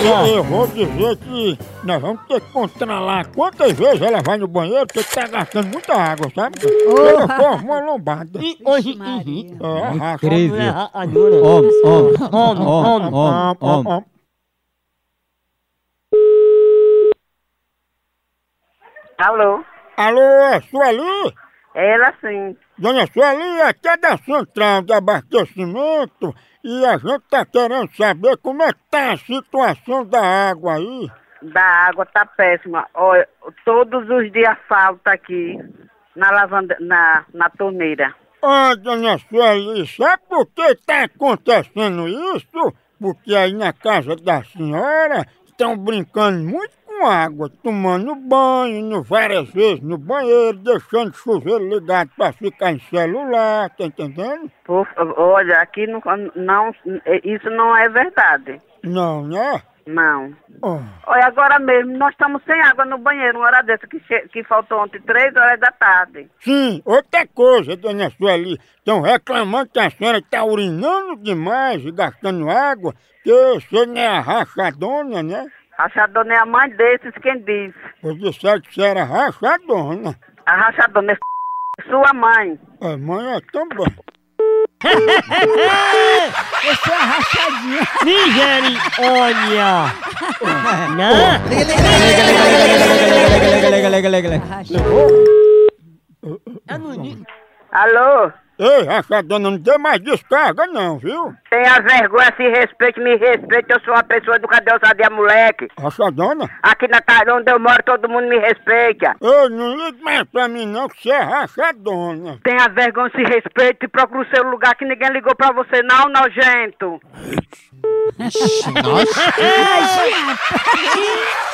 Eu vou dizer que nós vamos ter que controlar quantas vezes ela vai no banheiro, porque tá gastando muita água, sabe? Ela forma uma lombada. E hoje... É, racha. Incrível. Homem. Alô? Alô, é Sueli? Ela sim. Dona Sueli, aqui é da central de abastecimento e a gente tá querendo saber como é que tá a situação da água aí. Da água tá péssima. Olha, todos os dias falta aqui na lavanda, na torneira. Ó, dona Sueli, sabe por que tá acontecendo isso? Porque aí na casa da senhora estão brincando muito com água, tomando banho, indo várias vezes no banheiro, deixando o chuveiro ligado pra ficar em celular, tá entendendo? Olha, aqui não, isso não é verdade. Não, né? Não. Oh. Olha, agora mesmo, nós estamos sem água no banheiro, uma hora dessa, que faltou ontem 3 horas da tarde. Sim, outra coisa, dona Sueli, estão reclamando que a senhora está urinando demais e gastando água, que você não é a rachadona, né? Rachadona é a mãe desses, quem diz? Eu disseram que você era rachadona. A rachadona é sua mãe. A mãe é tão bom. Você é rachadinha. Nigeriônia. Alô? Ei, rachadona, não dê mais descarga não, viu? Tenha vergonha, se respeite, me respeite. Eu sou uma pessoa do Cadê o Sadia, moleque? Rachadona? Aqui na casa onde eu moro, todo mundo me respeita. Ei, não ligue mais pra mim não, que você é rachadona. Tenha vergonha, se respeite e procure o seu lugar que ninguém ligou pra você, não, nojento. Nossa.